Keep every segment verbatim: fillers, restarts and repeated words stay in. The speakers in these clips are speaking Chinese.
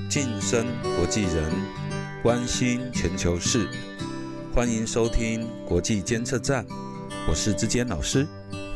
晋升国际人，关心全球事，欢迎收听国际监测站，我是志坚老师。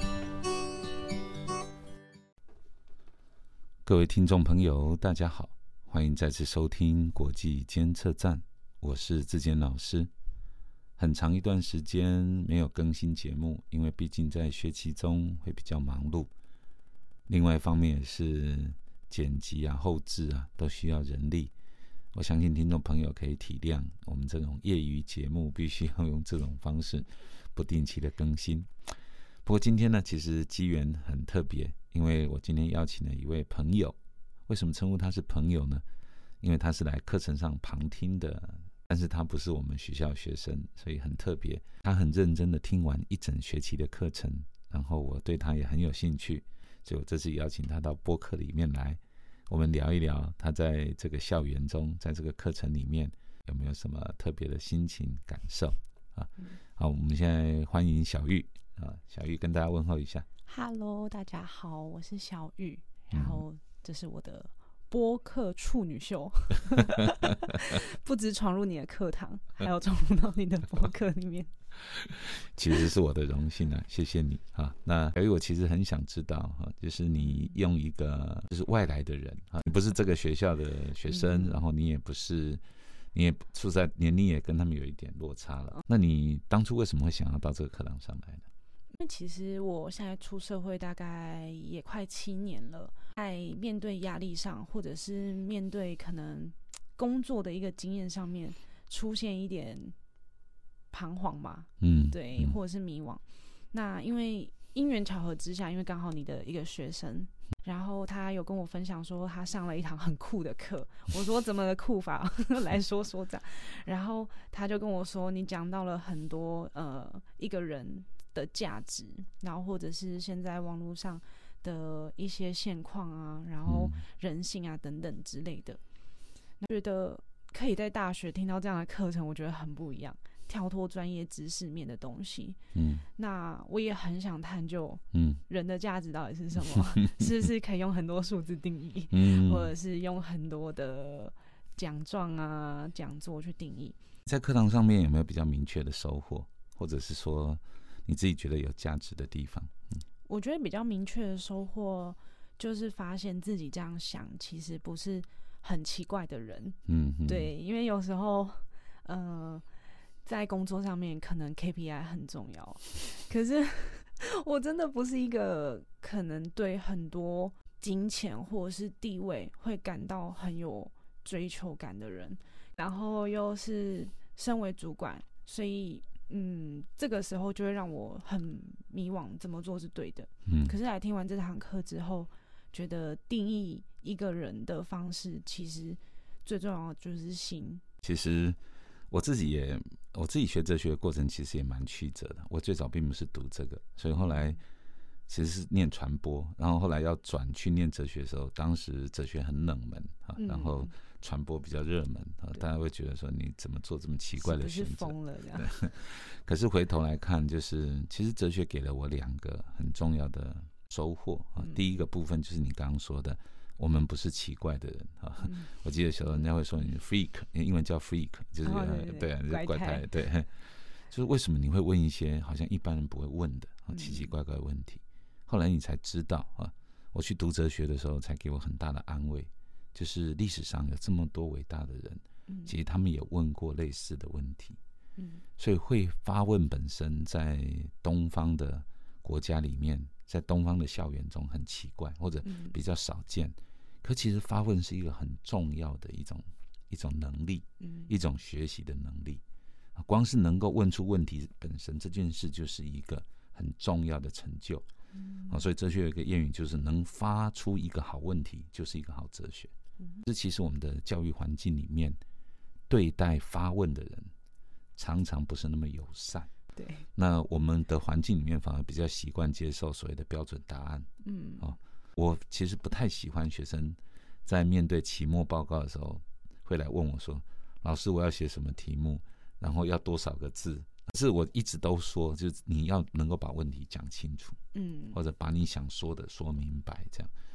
各位听众朋友大家好，欢迎再次收听国际监测站，我是志坚老师。很长一段时间没有更新节目，因为毕竟在学期中会比较忙碌，另外一方面也是剪辑啊后制啊都需要人力，我相信听众朋友可以体谅我们这种业余节目必须要用这种方式不定期的更新。不过今天呢，其实机缘很特别，因为我今天邀请了一位朋友。为什么称呼他是朋友呢？因为他是来课程上旁听的，但是他不是我们学校学生，所以很特别。他很认真的听完一整学期的课程，然后我对他也很有兴趣，所以我这次邀请他到播客里面来，我们聊一聊他在这个校园中，在这个课程里面有没有什么特别的心情感受啊？好，我们现在欢迎小玉啊，小玉跟大家问候一下。 Hello， 大家好，我是小玉，然后这是我的播客处女秀，不止闯入你的课堂，还有闯入到你的播客里面。 其实是我的荣幸啊，谢谢你啊。那小玉，我其实很想知道哈，就是你用一个就是外来的人啊，你不是这个学校的学生，嗯、然后你也不是，你也处在年龄也跟他们有一点落差了。那你当初为什么会想要到这个课堂上来呢？ 因为其实我现在出社会大概也快七年了，在面对压力上，或者是面对可能工作的一个经验上面，出现一点彷徨嘛，嗯，对，或者是迷惘。那因为因缘巧合之下，因为刚好你的一个学生，然后他有跟我分享说他上了一堂很酷的课，我说怎么个酷法来说说这样，然后他就跟我说你讲到了很多呃一个人的价值，然后或者是现在网络上的一些现况啊，然后人性啊等等之类的，觉得可以在大学听到这样的课程，我觉得很不一样，跳脱专业知识面的东西。嗯，那我也很想探究，嗯，人的价值到底是什么？是不是可以用很多数字定义，嗯，或者是用很多的奖状啊、讲座去定义？ 在课堂上面有没有比较明确的收获，或者是说你自己觉得有价值的地方？嗯， 我觉得比较明确的收获就是发现自己这样想其实不是很奇怪的人。嗯，对，因为有时候呃在工作上面可能 K P I 很重要，可是我真的不是一个可能对很多金钱或者是地位会感到很有追求感的人，然后又是身为主管，所以嗯，这个时候就会让我很迷惘，怎么做是对的。嗯，可是来听完这堂课之后，觉得定义一个人的方式，其实最重要的就是心。 其实我自己也，我自己学哲学的过程其实也蛮曲折的。我最早并不是读这个，所以后来其实是念传播，然后后来要转去念哲学的时候，当时哲学很冷门啊，然后传播比较热门啊，大家会觉得说你怎么做这么奇怪的选择？ 是不是疯了这样？ 对。可是回头来看，就是其实哲学给了我两个很重要的收获啊。第一个部分就是你刚刚说的，我们不是奇怪的人啊。嗯、我记得小时候人家会说你 freak， 英文叫 freak， 就是、哦、对对对对就是怪胎，对，就是为什么你会问一些好像一般人不会问的啊奇奇怪怪的问题？后来你才知道啊，我去读哲学的时候，才给我很大的安慰，就是历史上有这么多伟大的人，嗯、其实他们也问过类似的问题。嗯、所以会发问本身在东方的国家里面，在东方的校园中很奇怪或者比较少见，嗯、可其实发问是一个很重要的一种一种能力，嗯、一种学习的能力。光是能够问出问题本身这件事就是一个很重要的成就。嗯、所以哲学有一个谚语，就是能发出一个好问题就是一个好哲学。嗯、这其实我们的教育环境里面对待发问的人常常不是那么友善。 对， 那我们的环境里面反而比较习惯接受所谓的标准答案。嗯，哦，我其实不太喜欢学生在面对期末报告的时候会来问我说，老师我要写什么题目，然后要多少个字。可是我一直都说，就是你要能够把问题讲清楚，嗯，或者把你想说的说明白，这样。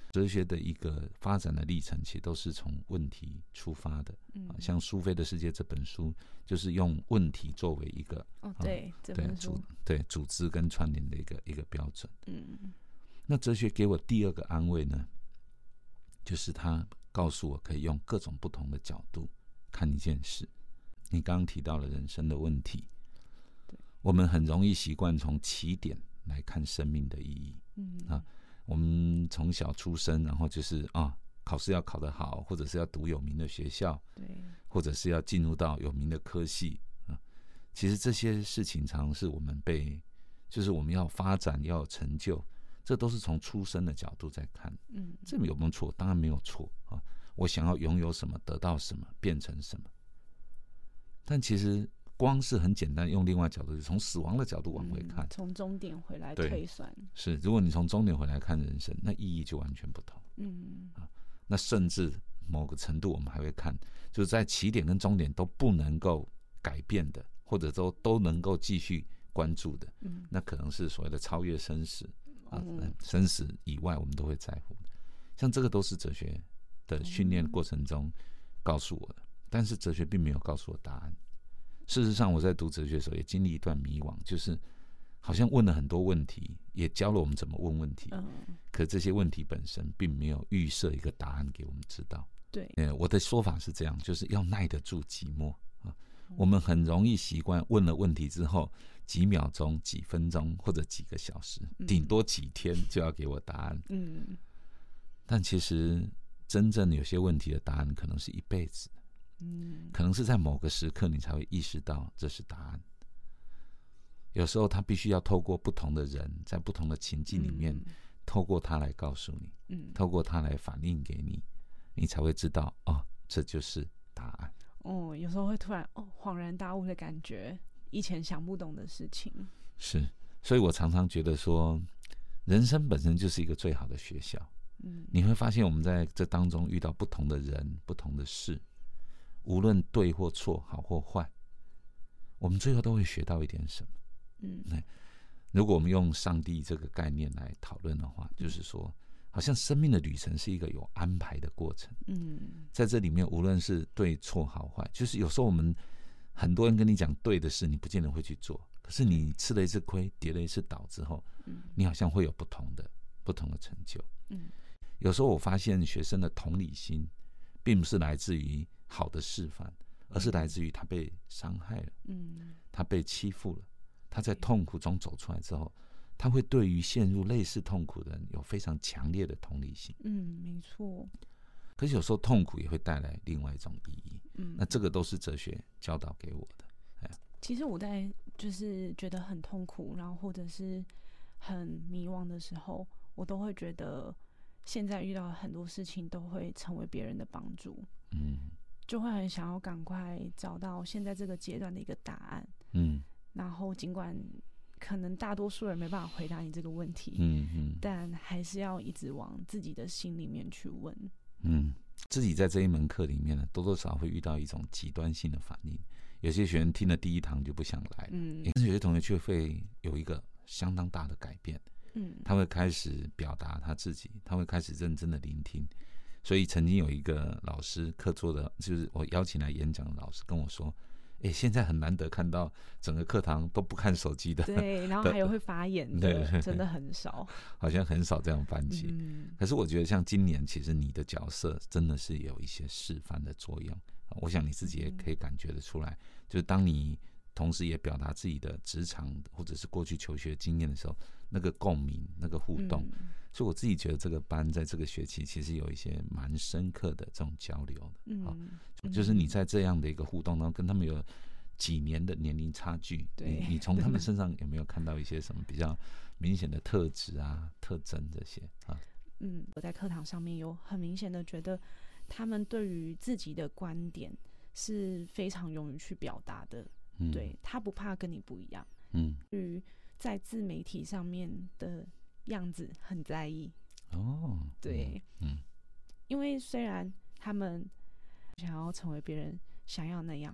哲学的一个发展的历程，其实都是从问题出发的。嗯啊、像《苏菲的世界》这本书，就是用问题作为一个哦，对，啊、这本书对组对组织跟串联的一个一个标准。 嗯， 那哲学给我第二个安慰呢，就是他告诉我可以用各种不同的角度看一件事。你刚刚提到了人生的问题，我们很容易习惯从起点来看生命的意义。嗯啊，我们从小出生，然后就是啊，考试要考得好，或者是要读有名的学校， 对， 或者是要进入到有名的科系啊。其实这些事情常常是我们被，就是我们要发展要有成就，这都是从出生的角度在看。嗯，这有没有错？当然没有错啊。我想要拥有什么，得到什么，变成什么。但其实光是很简单，用另外角度，从死亡的角度往回看， 从、嗯、终点回来推算， 是，如果你从终点回来看人生，那意义就完全不同。嗯、啊，那甚至某个程度，我们还会看，就是在起点跟终点都不能够改变的，或者都都能够继续关注的，嗯、那可能是所谓的超越生死啊，嗯、生死以外我们都会在乎的。像这个都是哲学的训练过程中告诉我的。但是哲学并没有告诉我答案。事实上，我在读哲学的时候也经历一段迷惘，就是好像问了很多问题，也教了我们怎么问问题，嗯、可这些问题本身并没有预设一个答案给我们知道。 对， 呃，我的说法是这样，就是要耐得住寂寞啊。我们很容易习惯问了问题之后，几秒钟、几分钟或者几个小时，顶多几天就要给我答案。嗯，但其实真正有些问题的答案可能是一辈子。嗯，可能是在某个时刻你才会意识到这是答案。有时候他必须要透过不同的人，在不同的情境里面，嗯、透过他来告诉你，嗯，透过他来反映给你，你才会知道哦，这就是答案。 哦，有时候会突然哦恍然大悟的感觉，以前想不懂的事情。 是，所以我常常觉得说，人生本身就是一个最好的学校。嗯，你会发现我们在这当中遇到不同的人、不同的事。无论对或错，好或坏，我们最后都会学到一点什么。嗯，如果我们用上帝这个概念来讨论的话，就是说，好像生命的旅程是一个有安排的过程。嗯，在这里面，无论是对错好坏，就是有时候我们很多人跟你讲对的事，你不见得会去做。可是你吃了一次亏，跌了一次倒之后，你好像会有不同的不同的成就。嗯，有时候我发现学生的同理心，并不是来自于好的示范，而是来自于他被伤害了，嗯，他被欺负了，他在痛苦中走出来之后，他会对于陷入类似痛苦的人有非常强烈的同理心。 嗯，没错。 可是有时候痛苦也会带来另外一种意义，嗯，那这个都是哲学教导给我的。哎， 其实我在就是觉得很痛苦，然后或者是很迷惘的时候，我都会觉得现在遇到很多事情都会成为别人的帮助。嗯。就会很想要赶快找到现在这个阶段的一个答案，嗯，然后尽管可能大多数人没办法回答你这个问题，嗯嗯，但还是要一直往自己的心里面去问， 嗯，自己在这一门课里面呢，多多少少会遇到一种极端性的反应，有些学员听了第一堂就不想来了，嗯，但是有些同学却会有一个相当大的改变，嗯，他会开始表达他自己，他会开始认真的聆听。所以曾经有一个老师课座的，就是我邀请来演讲的老师跟我说，欸，现在很难得看到整个课堂都不看手机的， 对，然后还有会发言的，对对对，真的很少， 好像很少这样班级，嗯，可是我觉得像今年其实你的角色真的是有一些示范的作用，我想你自己也可以感觉得出来，嗯，就是当你同时也表达自己的职场或者是过去求学经验的时候，那个共鸣那个互动，嗯，所以我自己觉得这个班在这个学期其实有一些蛮深刻的这种交流的，嗯哦，就是你在这样的一个互动当中跟他们有几年的年龄差距， 对， 你从他们身上有没有看到一些什么比较明显的特质啊特征这些啊？ 嗯，我在课堂上面有很明显的觉得他们对于自己的观点是非常勇于去表达的，嗯，对，他不怕跟你不一样，嗯，对于在自媒体上面的样子很在意哦，对，嗯，因为虽然他们想要成为别人想要那样，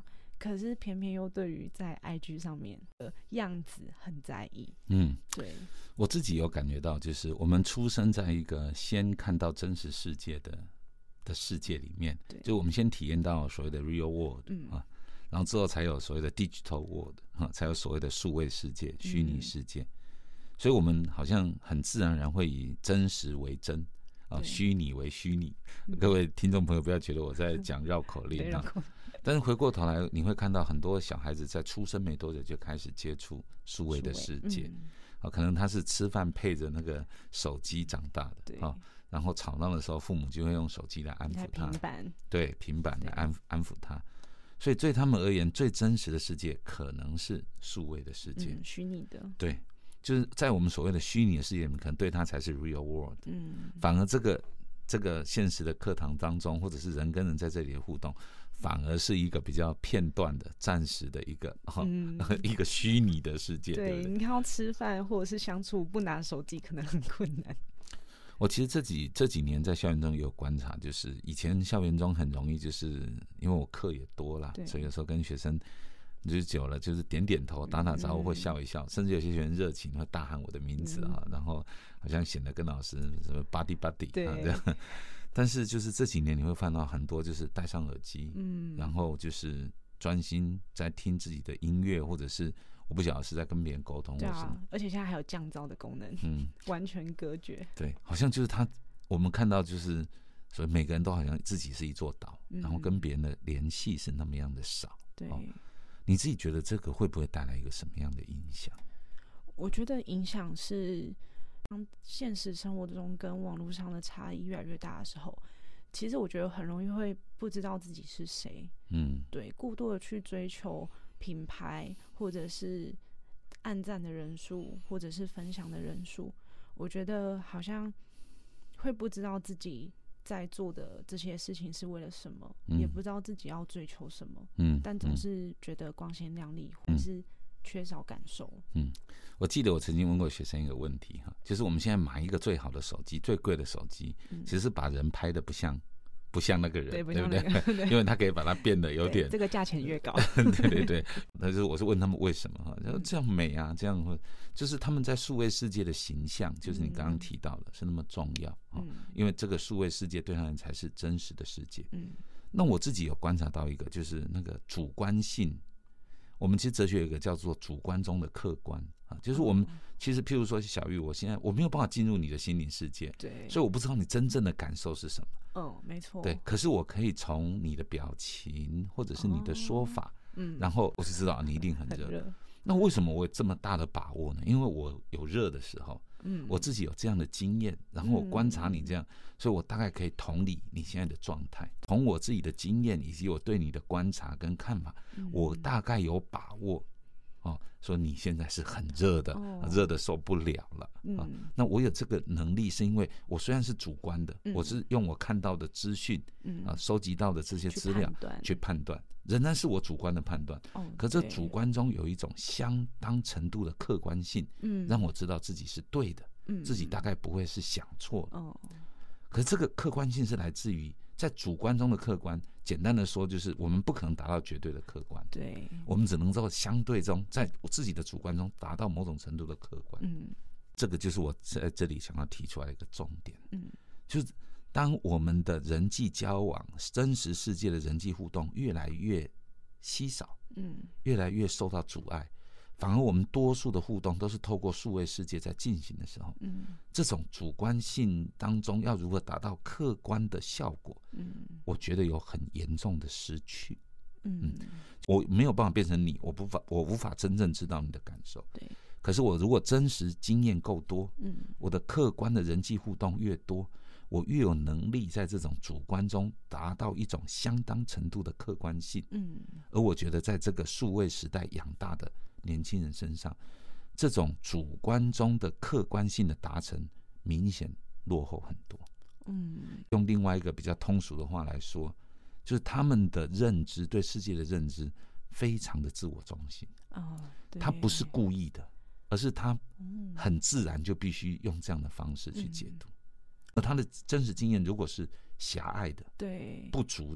可是偏偏又对于在 I G 上面的样子很在意。 嗯， 对，我自己有感觉到，就是我们出生在一个先看到真实世界的的世界里面，就我们先体验到所谓的 real world、嗯、啊，然后之后才有所谓的 digital world、啊、才有所谓的数位世界、虚拟世界、嗯，所以我们好像很自然而然会以真实为真啊，虚拟为虚拟。各位听众朋友不要觉得我在讲绕口令啊，但是回过头来你会看到很多小孩子在出生没多久就开始接触数位的世界、嗯啊、可能他是吃饭配着那个手机长大的、啊、然后吵闹的时候父母就会用手机来安抚他， 平板对平板来 安, 安抚他，所以对他们而言最真实的世界可能是数位的世界、 嗯、虚拟的， 对，就是在我们所谓的虚拟的世界里面，可能对他才是 real world、嗯、反而这个这个现实的课堂当中，或者是人跟人在这里的互动，反而是一个比较片段的、暂时的一个、嗯、一个虚拟的世界。 对, 对， 你看到吃饭或者是相处不拿手机可能很困难。 我其实这几这几年在校园中也有观察，就是以前校园中很容易，就是因为我课也多啦，所以有时候跟学生就是久了，就是点点头、打打招呼或笑一笑、嗯，甚至有些学生热情会大喊我的名字啊、嗯，然后好像显得跟老师什么 buddy buddy 对、 啊、这样。但是就是这几年你会看到很多就是戴上耳机，嗯，然后就是专心在听自己的音乐，或者是我不晓得是在跟别人沟通， 对啊， 或什么， 而且现在还有降噪的功能，嗯，完全隔绝。 对，好像就是他，我们看到就是，所以每个人都好像自己是一座岛、嗯，然后跟别人的联系是那么样的少。 对、 哦，你自己觉得这个会不会带来一个什么样的影响？ 我觉得影响是，当现实生活中跟网络上的差异越来越大的时候，其实我觉得很容易会不知道自己是谁。嗯，对，过度的去追求品牌，或者是按赞的人数，或者是分享的人数，我觉得好像会不知道自己在做的这些事情是为了什么、嗯、也不知道自己要追求什么。嗯，但总是觉得光鲜亮丽，或者是缺少感受。嗯， 我记得我曾经问过学生一个问题，就是我们现在买一个最好的手机、最贵的手机、嗯、其实是把人拍的不像不像那个人， 对, 不对不对？因为他可以把它变得有点这个价钱越高。 对对对，那就是我是问他们为什么，这样美啊，这样会就是他们在数位世界的形象，就是你刚刚提到的、嗯、是那么重要、嗯、因为这个数位世界对他们才是真实的世界。嗯，那我自己有观察到一个，就是那个主观性。我们其实哲学有一个叫做主观中的客观啊，就是我们其实譬如说小玉，我现在我没有办法进入你的心灵世界，对，所以我不知道你真正的感受是什么。 嗯，没错。 对，可是我可以从你的表情或者是你的说法，哦、嗯，然后我就知道你一定很热。很热。那为什么我有这么大的把握呢？因为我有热的时候，嗯，我自己有这样的经验，然后我观察你这样、嗯，所以我大概可以同理你现在的状态。从我自己的经验以及我对你的观察跟看法，嗯、我大概有把握。哦，说你现在是很热的，热、哦、的受不了了、嗯啊、那我有这个能力，是因为我虽然是主观的，嗯、我是用我看到的资讯、嗯啊、收集到的这些资料去判断，仍然是我主观的判断、哦。可这主观中有一种相当程度的客观性，嗯、让我知道自己是对的、嗯，自己大概不会是想错的。哦、可是这个客观性是来自于在主观中的客观，简单的说就是我们不可能达到绝对的客观，对，我们只能在相对中，在我自己的主观中达到某种程度的客观。嗯，这个就是我在这里想要提出来的一个重点。嗯，就是当我们的人际交往、真实世界的人际互动越来越稀少，嗯，越来越受到阻碍，反而我们多数的互动都是透过数位世界在进行的时候，嗯，这种主观性当中要如何达到客观的效果，嗯，我觉得有很严重的失去。嗯，我没有办法变成你，我无法，我无法真正知道你的感受。对，可是我如果真实经验够多，嗯，我的客观的人际互动越多，我越有能力在这种主观中达到一种相当程度的客观性。嗯，而我觉得在这个数位时代养大的年轻人身上，这种主观中的客观性的达成明显落后很多。嗯，用另外一个比较通俗的话来说，就是他们的认知，对世界的认知非常的自我中心。哦，对，他不是故意的，而是他很自然就必须用这样的方式去解读。嗯，而他的真实经验如果是狭隘的、对不足的，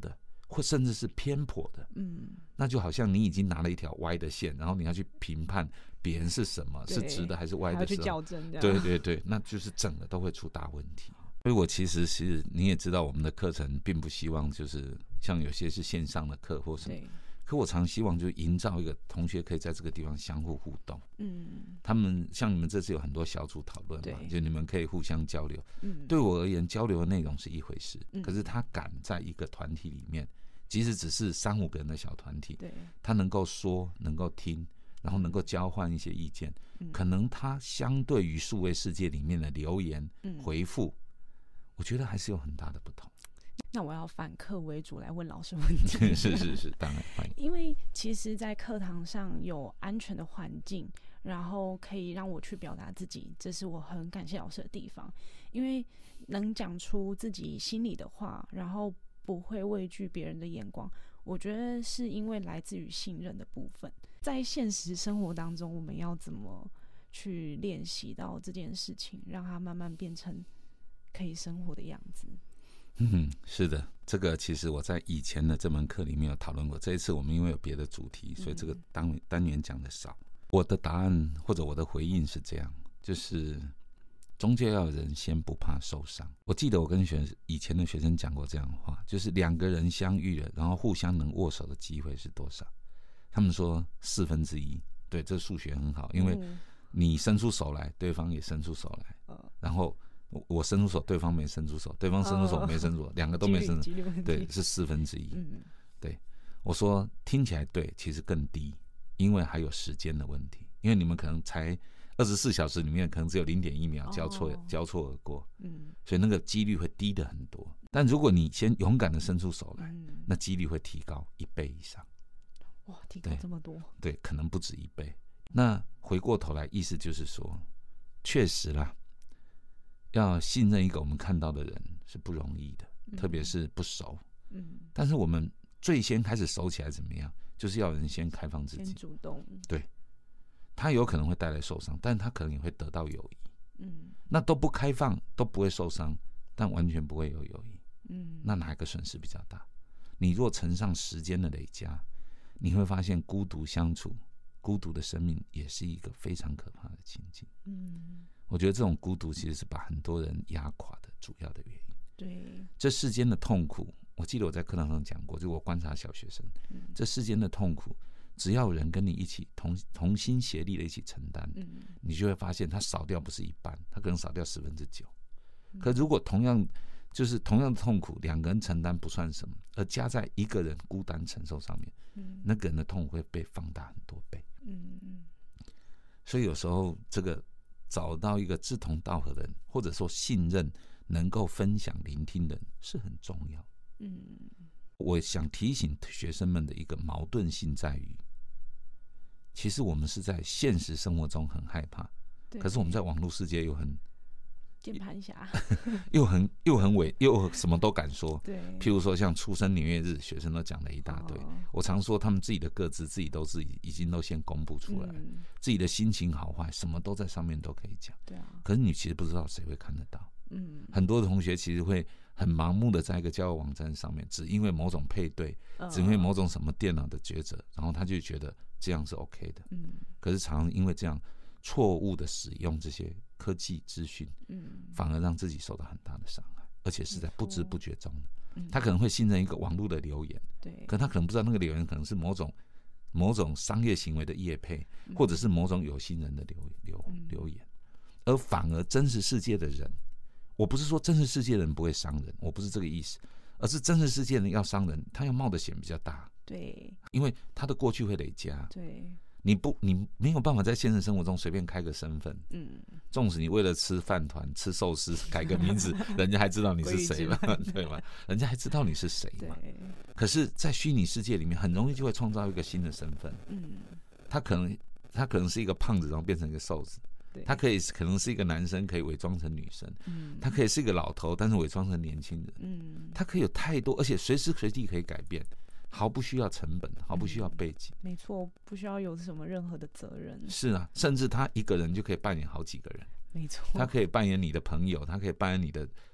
或甚至是偏颇的， 嗯， 那就好像你已经拿了一条歪的线，然后你要去评判别人是什么，是直的还是歪的时候， 还要去校正， 对对对，那就是整个都会出大问题。所以我其实是你也知道，我们的课程并不希望就是像有些是线上的课或什么，可我常希望就营造一个同学可以在这个地方相互互动。嗯，他们像你们这次有很多小组讨论嘛，就你们可以互相交流。嗯，对我而言，交流的内容是一回事，嗯、可是他敢在一个团体里面，即使只是三五个人的小团体，对，他能够说，能够听，然后能够交换一些意见，嗯、可能他相对于数位世界里面的留言、嗯、回复，我觉得还是有很大的不同。 那我要反客为主来问老师问题。 是是是，当然欢迎。 因为其实在课堂上有安全的环境，然后可以让我去表达自己，这是我很感谢老师的地方。因为能讲出自己心里的话，然后不会畏惧别人的眼光，我觉得是因为来自于信任的部分。在现实生活当中，我们要怎么去练习到这件事情，让它慢慢变成可以生活的样子？ 嗯，是的，这个其实我在以前的这门课里面有讨论过。这一次我们因为有别的主题，所以这个单单元讲的少。我的答案或者我的回应是这样，就是终究要有人先不怕受伤。我记得我跟学以前的学生讲过这样的话，就是两个人相遇了，然后互相能握手的机会是多少？他们说四分之一。对，这数学很好，因为你伸出手来，对方也伸出手来，然后我伸出手，对方没伸出手，对方伸出手没伸出手，两、哦、个都没伸出手，对，是四分之一。嗯，对，我说听起来对，其实更低，因为还有时间的问题，因为你们可能才二十四小时里面可能只有零点一秒交错、哦、交错而过，嗯，所以那个几率会低的很多。但如果你先勇敢的伸出手来，嗯、那几率会提高一倍以上。 哇，提高这么多？ 对，可能不止一倍。那回过头来，意思就是说，确实啦。要信任一个我们看到的人是不容易的，嗯、特别是不熟。嗯，但是我们最先开始熟起来怎么样？就是要人先开放自己， 先主动。 对，他有可能会带来受伤，但他可能也会得到友谊。嗯，那都不开放都不会受伤，但完全不会有友谊。嗯，那哪一个损失比较大？你若乘上时间的累加，你会发现孤独相处、孤独的生命也是一个非常可怕的情境。嗯。我觉得这种孤独其实是把很多人压垮的主要的原因。 对， 这世间的痛苦，我记得我在课堂上讲过，就我观察小学生，嗯、这世间的痛苦，只要有人跟你一起同同心协力的一起承担，嗯、你就会发现它少掉不是一半，它可能少掉十分之九。嗯、可如果同样就是同样的痛苦，两个人承担不算什么，而加在一个人孤单承受上面，嗯、那个人的痛苦会被放大很多倍。嗯、所以有时候这个。找到一个志同道合的人，或者说信任、能够分享、聆听的人是很重要。嗯，我想提醒学生们的一个矛盾性在于，其实我们是在现实生活中很害怕，可是我们在网络世界又很键盘侠， 又很又很伪，又什么都敢说。对，譬如说像出生年月日，学生都讲了一大堆。哦、我常说他们自己的个资，自己都自己已经都先公布出来，嗯、自己的心情好坏，什么都在上面都可以讲。对啊。可是你其实不知道谁会看得到。嗯。很多的同学其实会很盲目的在一个交友网站上面，只因为某种配对，哦、只因为某种什么电脑的抉择，然后他就觉得这样是 OK 的。嗯。可是常常因为这样错误的使用这些科技资讯，嗯，反而让自己受到很大的伤害，而且是在不知不觉中的。嗯、他可能会信任一个网络的留言，对，可他可能不知道那个留言可能是某种某种商业行为的业配，嗯、或者是某种有心人的留留留言，而反而真实世界的人，我不是说真实世界的人不会伤人，我不是这个意思，而是真实世界的人要伤人，他要冒的险比较大， 对， 因为他的过去会累加， 对。 你不，你没有办法在现实生活中随便开个身份。嗯，纵使你为了吃饭团、吃寿司改个名字，人家还知道你是谁嘛？对吗？人家还知道你是谁嘛？可是，在虚拟世界里面，很容易就会创造一个新的身份。嗯，他可能他可能是一个胖子，然后变成一个瘦子。他可以可能是一个男生，可以伪装成女生。嗯，他可以是一个老头，但是伪装成年轻人。嗯，他可以有太多，而且随时随地可以改变。毫不需要成本，毫不需要背景， 嗯、没错，不需要有什么任何的责任。 是啊，甚至他一个人就可以扮演好几个人。 没错， 他可以扮演你的朋友，他可以扮演你的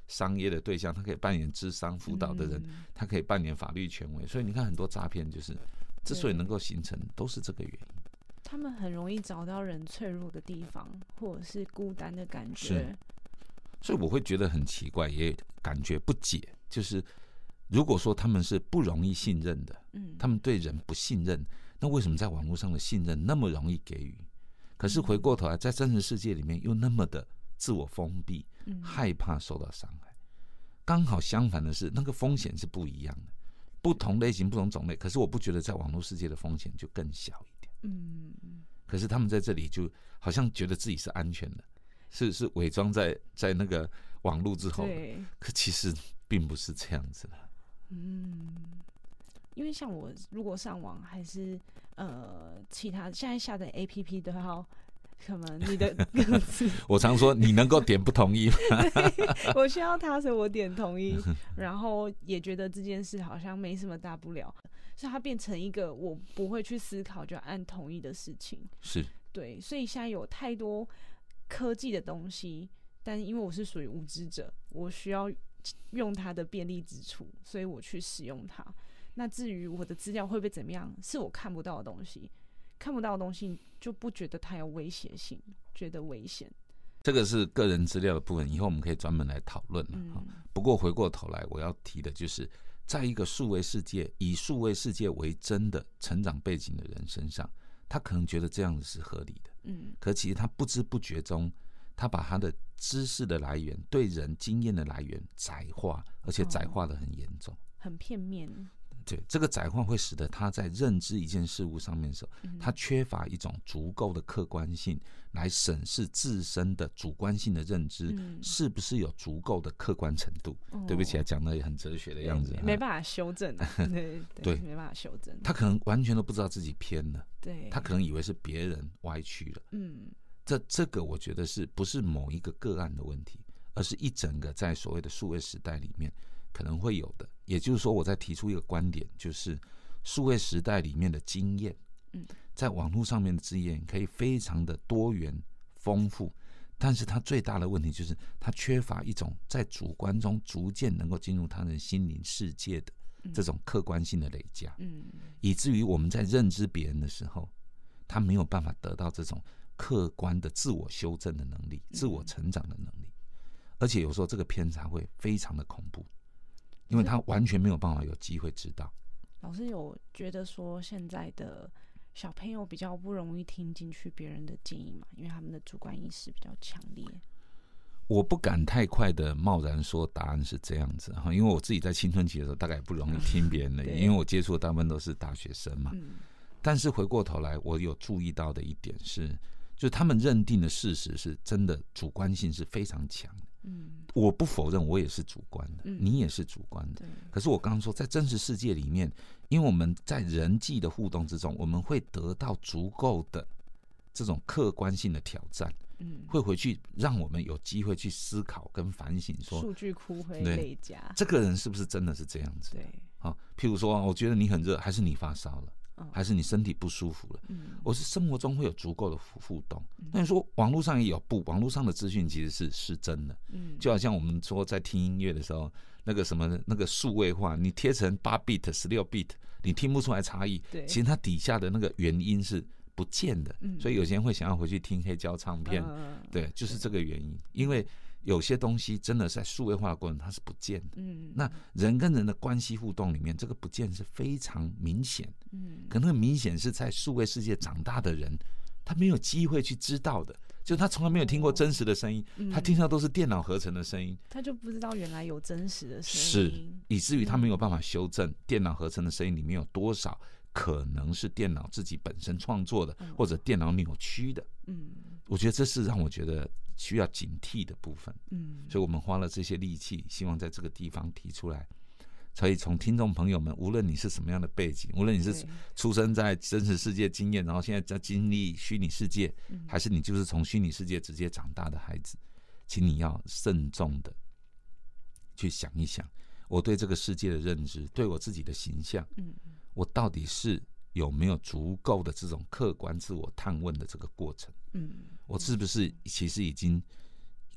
商业的对象，他可以扮演諮商辅导的人，嗯、他可以扮演法律权威。所以你看，很多诈骗就是之所以能够形成，都是这个原因。 他们很容易找到人脆弱的地方，或者是孤单的感觉。 所以我会觉得很奇怪，也感觉不解，就是如果说他们是不容易信任的，嗯，他们对人不信任，那为什么在网络上的信任那么容易给予？可是回过头来，在真实世界里面又那么的自我封闭，嗯、害怕受到伤害。刚好相反的是，那个风险是不一样的，不同类型、不同种类。可是我不觉得在网络世界的风险就更小一点。嗯，可是他们在这里就好像觉得自己是安全的，是是伪装在在那个网络之后，可其实并不是这样子的。嗯， 因为像我如果上网还是呃其他现在下载 A P P 都要可能你的个字， 我常说你能够点不同意吗？ 我需要他，所以我点同意，然后也觉得这件事好像没什么大不了。所以它变成一个我不会去思考就按同意的事情， 是对，所以现在有太多科技的东西，但因为我是属于无知者，我需要用它的便利之处，所以我去使用它。那至于我的资料会不会怎么样，是我看不到的东西，看不到的东西就不觉得它有威胁性，觉得危险。 这个是个人资料的部分，以后我们可以专门来讨论、嗯、不过回过头来，我要提的就是在一个数位世界以数位世界为真的成长背景的人身上，他可能觉得这样子是合理的，嗯，可其实他不知不觉中，他把他的知识的来源、对人经验的来源窄化，而且窄化得很严重、哦， 很片面。 对，这个窄化会使得他在认知一件事物上面的时候，嗯、他缺乏一种足够的客观性来审视自身的主观性的认知、嗯、是不是有足够的客观程度。哦、对不起，讲的很哲学的样子， 没办法修正、啊对, 对, 对， 没办法修正。 他可能完全都不知道自己偏了， 对， 他可能以为是别人歪曲了。嗯，这这个我觉得是不是某一个个案的问题，而是一整个在所谓的数位时代里面可能会有的。也就是说，我在提出一个观点，就是数位时代里面的经验，在网络上面的经验可以非常的多元丰富，但是它最大的问题就是它缺乏一种在主观中逐渐能够进入他人心灵世界的这种客观性的累加，以至于我们在认知别人的时候，他没有办法得到这种客观的自我修正的能力、自我成长的能力，而且有时候这个偏差会非常的恐怖。因为他完全没有办法有机会知道。 老师有觉得说现在的小朋友比较不容易听进去别人的建议嘛？因为他们的主观意识比较强烈。 我不敢太快的贸然说答案是这样子，因为我自己在青春期的时候大概也不容易听别人的，因为我接触的大部分都是大学生嘛。嗯、但是回过头来，我有注意到的一点是，就是他们认定的事实是真的主观性是非常强的。嗯，我不否认我也是主观的，嗯、你也是主观的。可是我刚刚说，在真实世界里面，因为我们在人际的互动之中，我们会得到足够的这种客观性的挑战，嗯、会回去让我们有机会去思考跟反省说， 数据库会累加， 这个人是不是真的是这样子？ 对， 好，譬如说，我觉得你很热，还是你发烧了？还是你身体不舒服了？嗯、我是生活中会有足够的互动。那、嗯、你说网络上也有不？网络上的资讯其实是失真的。嗯、就好像我们说在听音乐的时候，那个什么那个数位化，你贴成八 bit、十六 bit，你听不出来差异。其实它底下的那个原因是不见的。嗯、所以有些人会想要回去听黑胶唱片，嗯、对，就是这个原因，因为有些东西真的在数位化的过程它是不见的。嗯、那人跟人的关系互动里面，这个不见是非常明显。嗯、可能明显是在数位世界长大的人，他没有机会去知道的，就他从来没有听过真实的声音，哦、他听到都是电脑合成的声音， 他就不知道原来有真实的声音，是以至于他没有办法修正电脑合成的声音里面有多少可能是电脑自己本身创作的，嗯、或者电脑扭曲的。嗯，我觉得这是让我觉得需要警惕的部分。嗯，所以我们花了这些力气，希望在这个地方提出来。所以从听众朋友们，无论你是什么样的背景，无论你是出生在真实世界经验，然后现在在经历虚拟世界，还是你就是从虚拟世界直接长大的孩子，请你要慎重的去想一想，我对这个世界的认知，对我自己的形象，我到底是有没有足够的这种客观自我探问的这个过程？我是不是其实已经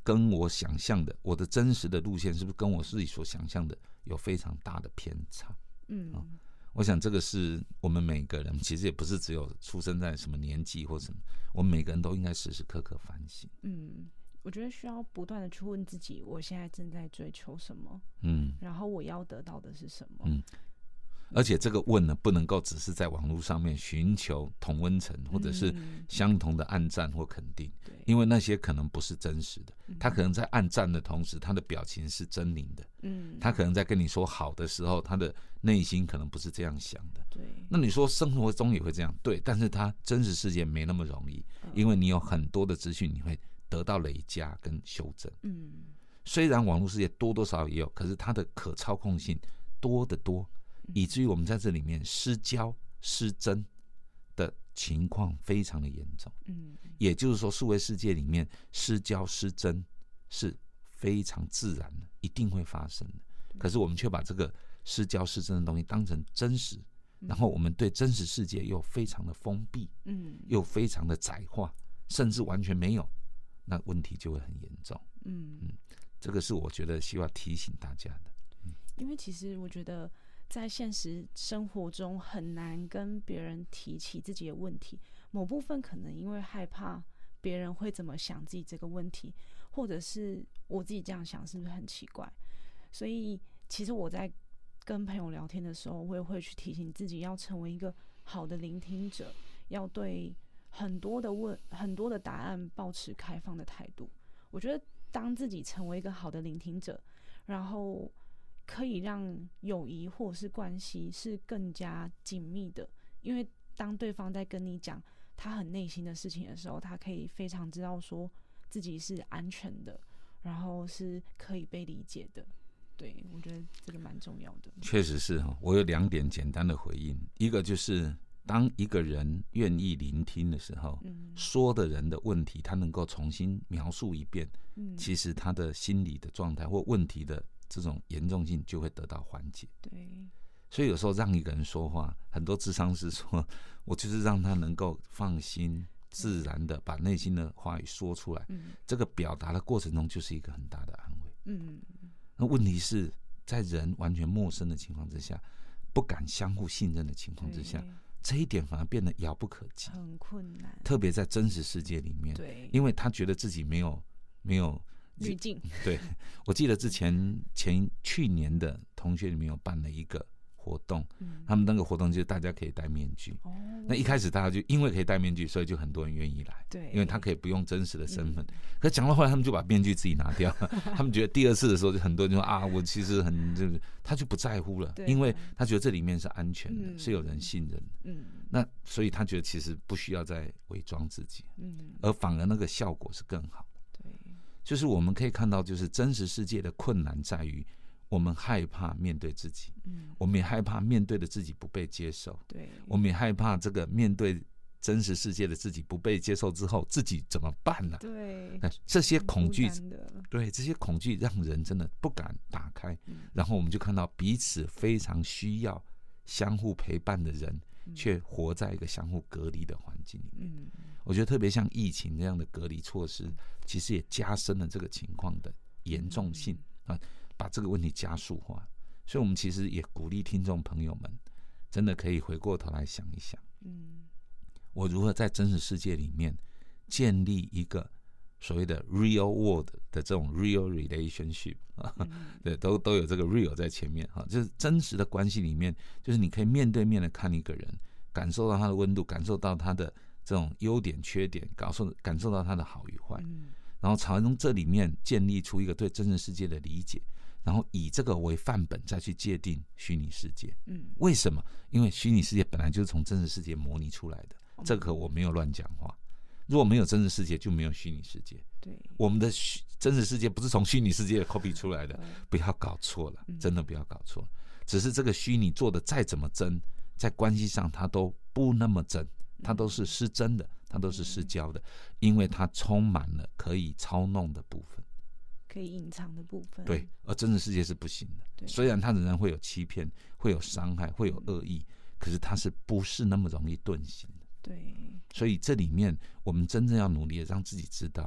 跟我想象的，我的真实的路线是不是跟我自己所想象的有非常大的偏差？嗯、哦，我想这个是我们每个人，其实也不是只有出生在什么年纪或什么，我们每个人都应该时时刻刻反省。 嗯，我觉得需要不断的去问自己，我现在正在追求什么？ 嗯， 然后我要得到的是什么？ 嗯。而且这个问呢，不能够只是在网络上面寻求同温层或者是相同的按赞或肯定， 嗯、 因为那些可能不是真实的。他可能在按赞的同时，他的表情是狰狞的，嗯，他可能在跟你说好的时候，他的内心可能不是这样想的。 对， 那你说生活中也会这样，对，但是他真实世界没那么容易，因为你有很多的资讯，你会得到累加跟修正。嗯，虽然网络世界多多少少也有，可是它的可操控性多得多。以至于我们在这里面失焦失真的情况非常的严重，嗯，也就是说数位世界里面失焦失真是非常自然的，一定会发生的。可是我们却把这个失焦失真的东西当成真实，然后我们对真实世界又非常的封闭，嗯，又非常的窄化，甚至完全没有，那问题就会很严重。嗯嗯，这个是我觉得希望提醒大家的。 嗯，因为其实我觉得在现实生活中很难跟别人提起自己的问题，某部分可能因为害怕别人会怎么想自己这个问题，或者是我自己这样想是不是很奇怪，所以其实我在跟朋友聊天的时候，我也会去提醒自己要成为一个好的聆听者，要对很多的问很多的答案抱持开放的态度。我觉得当自己成为一个好的聆听者，然后可以让友谊或者是关系是更加紧密的，因为当对方在跟你讲他很内心的事情的时候，他可以非常知道说自己是安全的，然后是可以被理解的。对，我觉得这个蛮重要的。 确实是，我有两点简单的回应，一个就是当一个人愿意聆听的时候，嗯、说的人的问题他能够重新描述一遍，嗯、其实他的心理的状态或问题的这种严重性就会得到缓解。 对， 所以有时候让一个人说话，很多諮商师说，我就是让他能够放心、自然的把内心的话语说出来。嗯、这个表达的过程中就是一个很大的安慰。嗯，那问题是在人完全陌生的情况之下，不敢相互信任的情况之下，这一点反而变得遥不可及， 很困难。 特别在真实世界里面， 对， 因为他觉得自己没有没有。 滤镜。 对，我记得之前前去年的同学里面有办了一个活动，嗯、他们那个活动就是大家可以戴面具。哦，那一开始大家就因为可以戴面具，所以就很多人愿意来。 对， 因为他可以不用真实的身份。嗯、可讲到后来，他们就把面具自己拿掉。他们觉得第二次的时候，就很多人就说啊，我其实很就是，他就不在乎了，因为他觉得这里面是安全的，嗯、是有人信任的。嗯，那所以他觉得其实不需要再伪装自己，嗯，而反而那个效果是更好。就是我们可以看到，就是真实世界的困难在于，我们害怕面对自己，嗯，我们也害怕面对的自己不被接受， 对， 我们也害怕这个面对真实世界的自己不被接受之后，自己怎么办呢？ 对， 这些恐惧，对这些恐惧让人真的不敢打开，嗯、然后我们就看到彼此非常需要相互陪伴的人，嗯、却活在一个相互隔离的环境里面。嗯，我觉得特别像疫情这样的隔离措施，其实也加深了这个情况的严重性啊，把这个问题加速化。所以我们其实也鼓励听众朋友们，真的可以回过头来想一想，嗯，我如何在真实世界里面建立一个所谓的 real world 的这种 real relationship 啊，嗯、对，都都有这个 real 在前面哈，就是真实的关系里面，就是你可以面对面的看一个人，感受到他的温度，感受到他的这种优点缺点，感受感受到它的好与坏，嗯、然后从这里面建立出一个对真实世界的理解，然后以这个为范本再去界定虚拟世界。嗯，为什么？因为虚拟世界本来就是从真实世界模拟出来的，嗯、这个我没有乱讲话。如果没有真实世界，就没有虚拟世界。 对， 我们的真实世界不是从虚拟世界 copy 出来的，不要搞错了，真的不要搞错。只是这个虚拟做的再怎么真，在关系上它都不那么真。它都是失真的，它都是失焦的，因为它充满了可以操弄的部分， 可以隐藏的部分。 对，而真实世界是不行的。虽然它仍然会有欺骗，会有伤害，会有恶意，可是它是不是那么容易遁形的？ 对。 所以这里面我们真正要努力的让自己知道，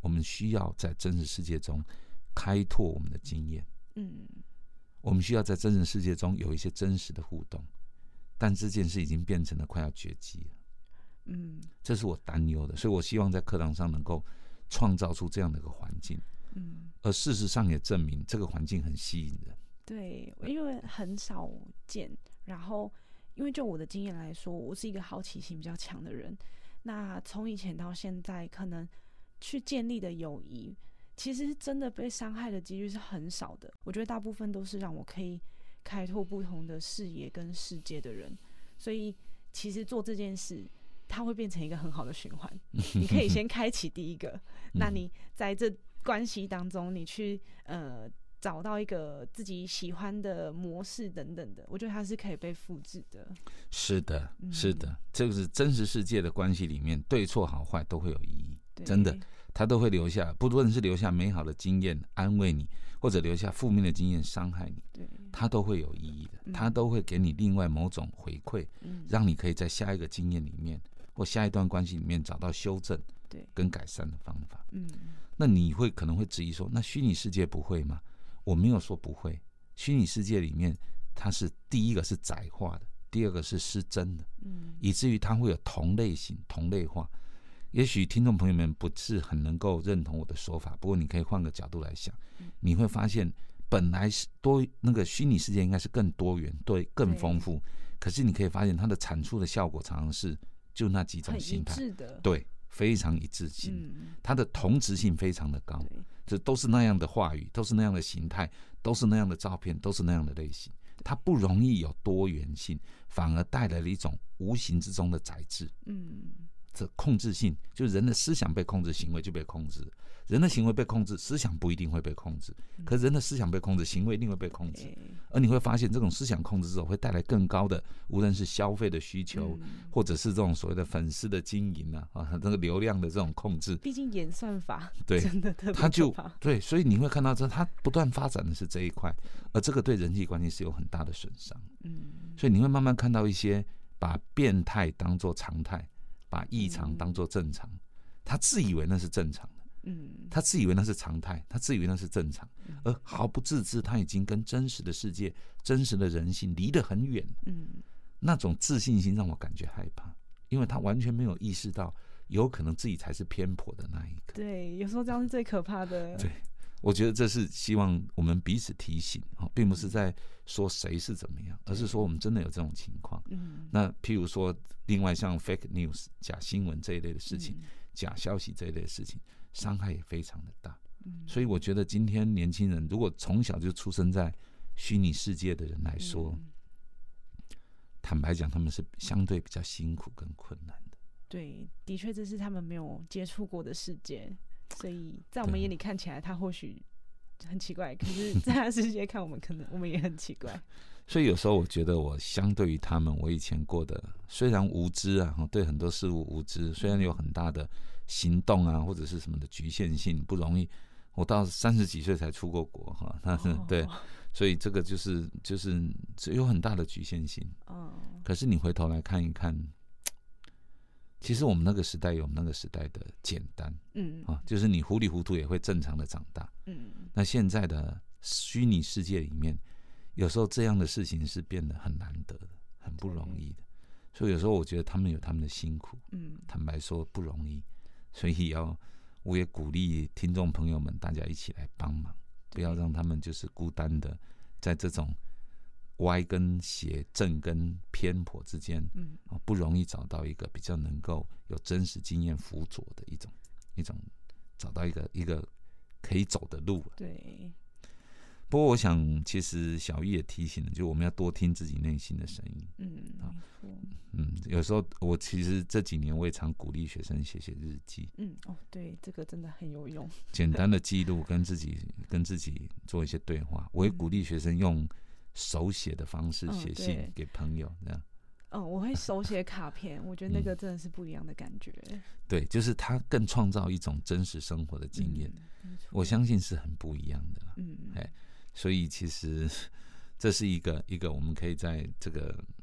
我们需要在真实世界中开拓我们的经验， 嗯， 我们需要在真实世界中有一些真实的互动，但这件事已经变成了快要绝迹了， 嗯， 这是我担忧的，所以我希望在课堂上能够创造出这样的一个环境， 嗯， 而事实上也证明这个环境很吸引人。 对，因为很少见，然后因为就我的经验来说，我是一个好奇心比较强的人，那从以前到现在，可能去建立的友谊，其实真的被伤害的几率是很少的。我觉得大部分都是让我可以开拓不同的视野跟世界的人，所以其实做这件事，它会变成一个很好的循环。你可以先开启第一个，那你在这关系当中，你去呃找到一个自己喜欢的模式等等的，我觉得它是可以被复制的。 是的，是的，这个是真实世界的关系里面，对错好坏都会有意义，真的，它都会留下，不论是留下美好的经验安慰你，或者留下负面的经验伤害你，它都会有意义的，它都会给你另外某种回馈，嗯，让你可以在下一个经验里面或下一段关系里面找到修正跟改善的方法。嗯，那你会可能会质疑说，那虚拟世界不会吗？我没有说不会，虚拟世界里面它是第一个是窄化的，第二个是失真的，嗯，以至于它会有同类型同类化。也许听众朋友们不是很能够认同我的说法，不过你可以换个角度来想，你会发现本来是多那个虚拟世界应该是更多元对更丰富，可是你可以发现它的产出的效果常常是就那几种形态，对，非常一致性，嗯，它的同质性非常的高，这都是那样的话语，都是那样的形态，都是那样的照片，都是那样的类型，它不容易有多元性，反而带来了一种无形之中的宰制，嗯，这控制性，就人的思想被控制，行为就被控制，人的行为被控制，思想不一定会被控制，可是人的思想被控制，行为一定会被控制，而你会发现这种思想控制之后会带来更高的，无论是消费的需求，或者是这种所谓的粉丝的经营啊，啊，那个流量的这种控制， 毕竟演算法对真的特别可怕， 它就对，所以你会看到这它不断发展的是这一块，而这个对人际关系是有很大的损伤，嗯，所以你会慢慢看到一些把变态当作常态，把异常当作正常，他自以为那是正常的，嗯，他自以为那是常态，他自以为那是正常，而毫不自知他已经跟真实的世界、真实的人性离得很远，嗯，那种自信心让我感觉害怕，因为他完全没有意识到，有可能自己才是偏颇的那一个。 对，有时候这样是最可怕的。 对，我觉得这是希望我们彼此提醒，并不是在说谁是怎么样，而是说我们真的有这种情况。嗯，那譬如说，另外像 fake news 假新闻这一类的事情，嗯，假消息这一类的事情，伤害也非常的大。嗯，所以我觉得今天年轻人如果从小就出生在虚拟世界的人来说，嗯，坦白讲，他们是相对比较辛苦跟困难的。 对，的确这是他们没有接触过的世界。所以在我们眼里看起来他或许很奇怪，可是在他世界看我们可能我们也很奇怪。 所以有时候我觉得我相对于他们，我以前过的虽然无知啊，对很多事物无知，虽然有很大的行动啊或者是什么的局限性，不容易，我到三十几岁才出过国哈，但是对，所以这个就是就是有很大的局限性。可是你回头来看一看，其实我们那个时代有我们那个时代的简单，嗯啊，就是你糊里糊涂也会正常的长大，嗯。那现在的虚拟世界里面，有时候这样的事情是变得很难得的，很不容易的。所以有时候我觉得他们有他们的辛苦，嗯，坦白说不容易。所以要我也鼓励听众朋友们，大家一起来帮忙，不要让他们就是孤单的在这种歪跟斜、正跟偏颇之间，嗯，不容易找到一个比较能够有真实经验辅佐的一种一种，找到一个一个可以走的路。 对。 不过我想，其实小易也提醒了，就我们要多听自己内心的声音。嗯，没错。嗯，有时候我其实这几年我也常鼓励学生写写日记。 嗯，哦，对，这个真的很有用。 简单的记录，跟自己跟自己做一些对话。我也鼓励学生用手写的方式写信给朋友，这样。 嗯，我会手写卡片，我觉得那个真的是不一样的感觉。嗯， 对，就是他更创造一种真实生活的经验，嗯，我相信是很不一样的。嗯，哎，所以其实这是一个一个我们可以在这个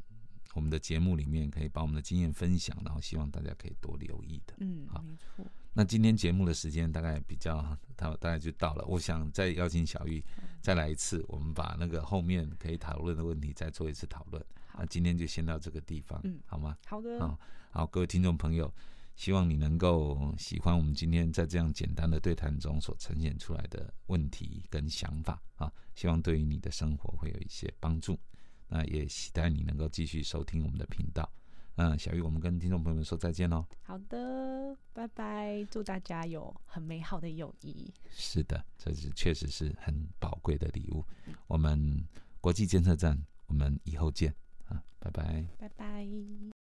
我们的节目里面可以把我们的经验分享，然后希望大家可以多留意的。 嗯， 好， 没错。 那今天节目的时间大概比较，大大概就到了。我想再邀请小玉再来一次，我们把那个后面可以讨论的问题再做一次讨论。那今天就先到这个地方，嗯，好吗？ 好的。 好，好，各位听众朋友，希望你能够喜欢我们今天在这样简单的对谈中所呈现出来的问题跟想法啊，希望对于你的生活会有一些帮助。那也期待你能够继续收听我们的频道。嗯，小玉，我们跟听众朋友们说再见喽。 好的，拜拜，祝大家有很美好的友谊。 是的，这是确实是很宝贵的礼物。我们国际监测站，我们以后见啊，拜拜， 拜拜。